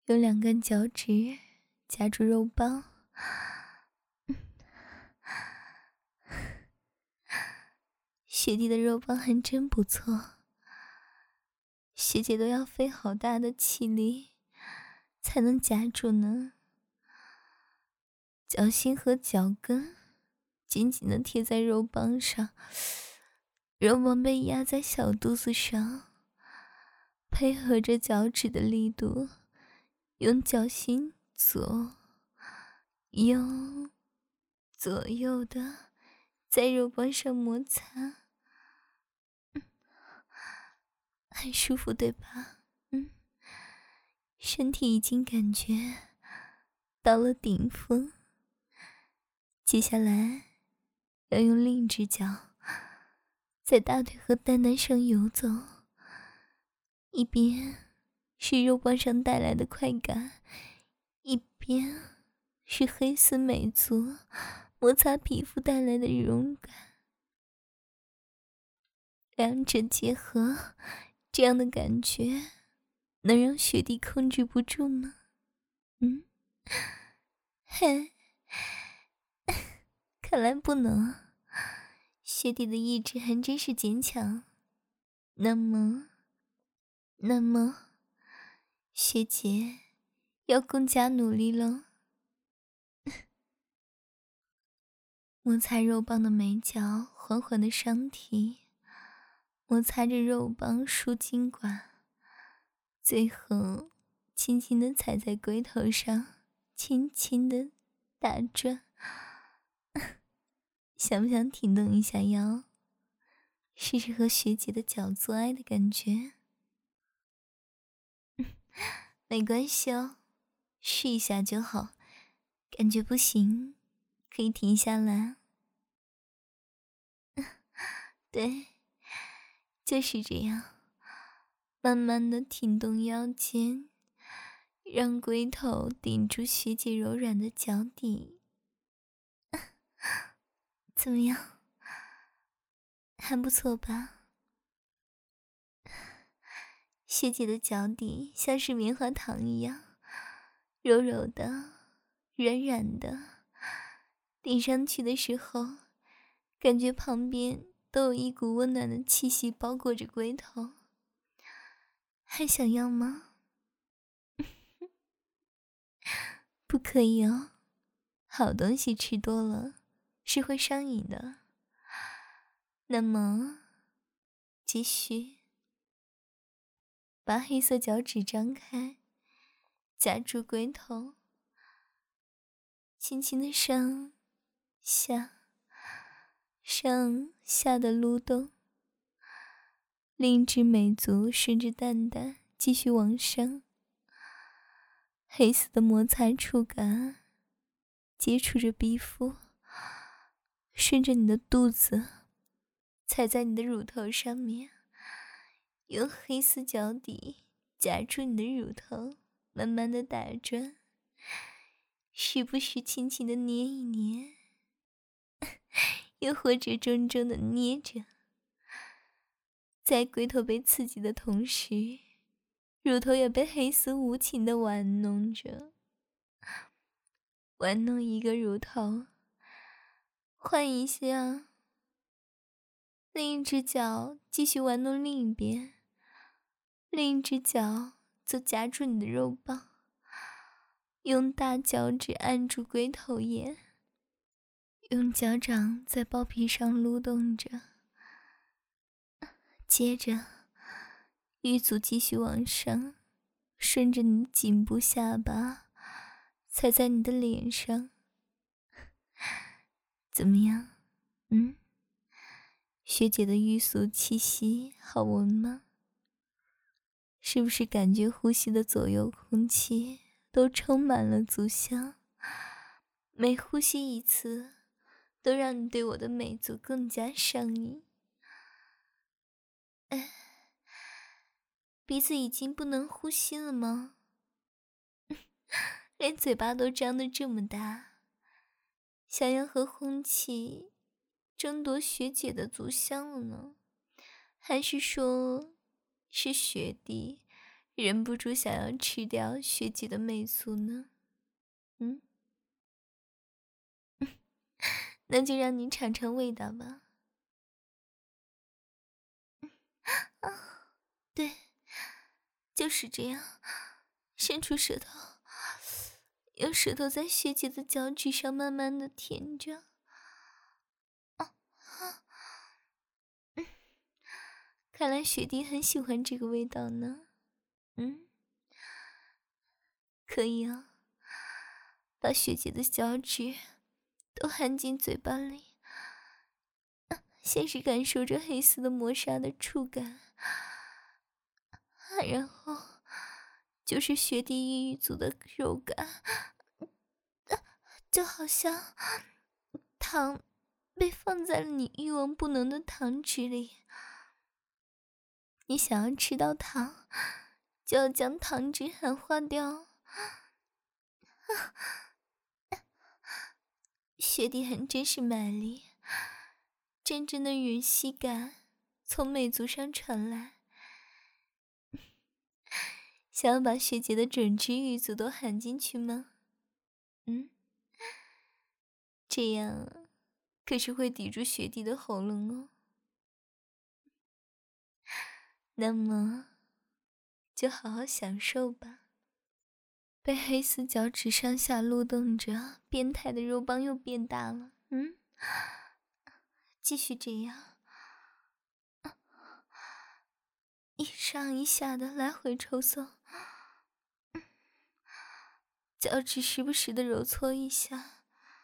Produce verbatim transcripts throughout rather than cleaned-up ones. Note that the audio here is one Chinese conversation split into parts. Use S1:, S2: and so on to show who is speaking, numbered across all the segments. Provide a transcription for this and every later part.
S1: 用两根脚趾夹住肉棒，学弟的肉棒还真不错，学姐都要费好大的气力才能夹住呢。脚心和脚跟紧紧地贴在肉棒上，肉棒被压在小肚子上，配合着脚趾的力度，用脚心左右左右的在肉棒上摩擦，嗯，很舒服对吧？嗯，身体已经感觉到了顶峰，接下来要用另一只脚在大腿和蛋蛋上游走，一边是肉棒上带来的快感，一边是黑丝美足摩擦皮肤带来的柔感，两者结合，这样的感觉能让学弟控制不住吗？嗯，嘿，看来不能，学弟的意志还真是坚强。那么，那么，学姐要更加努力了。摩擦肉棒的眉角缓缓的上提，摩擦着肉棒输精管，最后轻轻地踩在龟头上，轻轻地打转。想不想挺动一下腰，试试和学姐的脚做爱的感觉？没关系哦，试一下就好，感觉不行可以停下来。对，就是这样，慢慢的挺动腰间，让龟头顶住学姐柔软的脚底。怎么样？还不错吧？学姐的脚底像是棉花糖一样，柔柔的，软软的，顶上去的时候，感觉旁边都有一股温暖的气息包裹着龟头。还想要吗？不可以哦，好东西吃多了是会上瘾的。那么，继续把黑色脚趾张开，夹住龟头，轻轻的上下上下的撸动，另一只美足顺着蛋蛋继续往上，黑色的摩擦触感接触着皮肤，顺着你的肚子踩在你的乳头上面，用黑丝脚底夹住你的乳头，慢慢的打转，时不时轻轻的捏一捏，又或者重重的捏着。在龟头被刺激的同时，乳头也被黑丝无情的玩弄着，玩弄一个乳头，换一下，另一只脚继续玩弄另一边，另一只脚则夹住你的肉棒，用大脚趾按住龟头眼，用脚掌在包皮上撸动着，接着玉足继续往上，顺着你颈部下巴踩在你的脸上。怎么样？嗯，学姐的玉足气息好闻吗？是不是感觉呼吸的左右空气都充满了足香？每呼吸一次，都让你对我的美足更加上瘾。哎，鼻子已经不能呼吸了吗？连嘴巴都张得这么大，想要和空气争夺学姐的足香了呢？还是说是学弟忍不住想要吃掉学姐的美足呢？嗯，那就让你尝尝味道吧。啊，对，就是这样，伸出舌头，用舌头在学姐的脚趾上慢慢的舔着。啊啊，嗯，看来学弟很喜欢这个味道呢。嗯，可以啊，把学姐的脚趾都含进嘴巴里，啊，先是感受着黑色的磨砂的触感，然后就是学弟玉足的肉感，就好像糖被放在了你欲望不能的糖纸里，你想要吃到糖，就要将糖纸含化掉。学弟很真是卖力，真正的吮吸感从美足上传来，想要把学姐的整只玉足都含进去吗？嗯，这样可是会抵住学弟的喉咙哦。那么就好好享受吧。被黑丝脚趾上下撸动着，变态的肉棒又变大了。嗯，继续这样，一上一下的来回抽送，脚趾时不时的揉搓一下，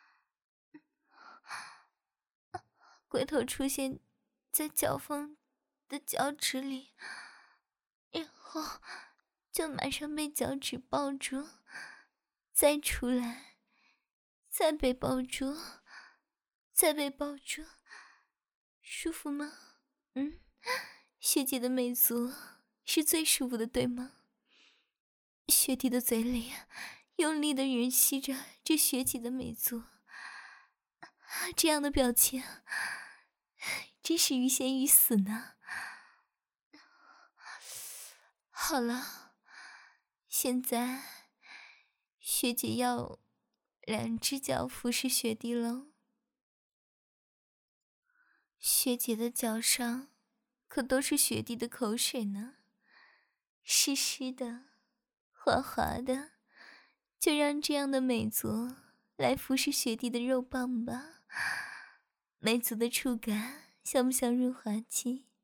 S1: 龟头出现在脚缝的脚趾里，然后就马上被脚趾抱住，再出来，再被抱住，再被抱住，舒服吗？嗯，学姐的美足是最舒服的，对吗？学弟的嘴里用力的吮吸着这学姐的美足，这样的表情真是欲仙欲死呢。好了，现在学姐要两只脚服侍学弟了。学姐的脚上可都是学弟的口水呢，湿湿的，滑滑的，就让这样的美足来服侍学弟的肉棒吧。美足的触感像不像润滑剂？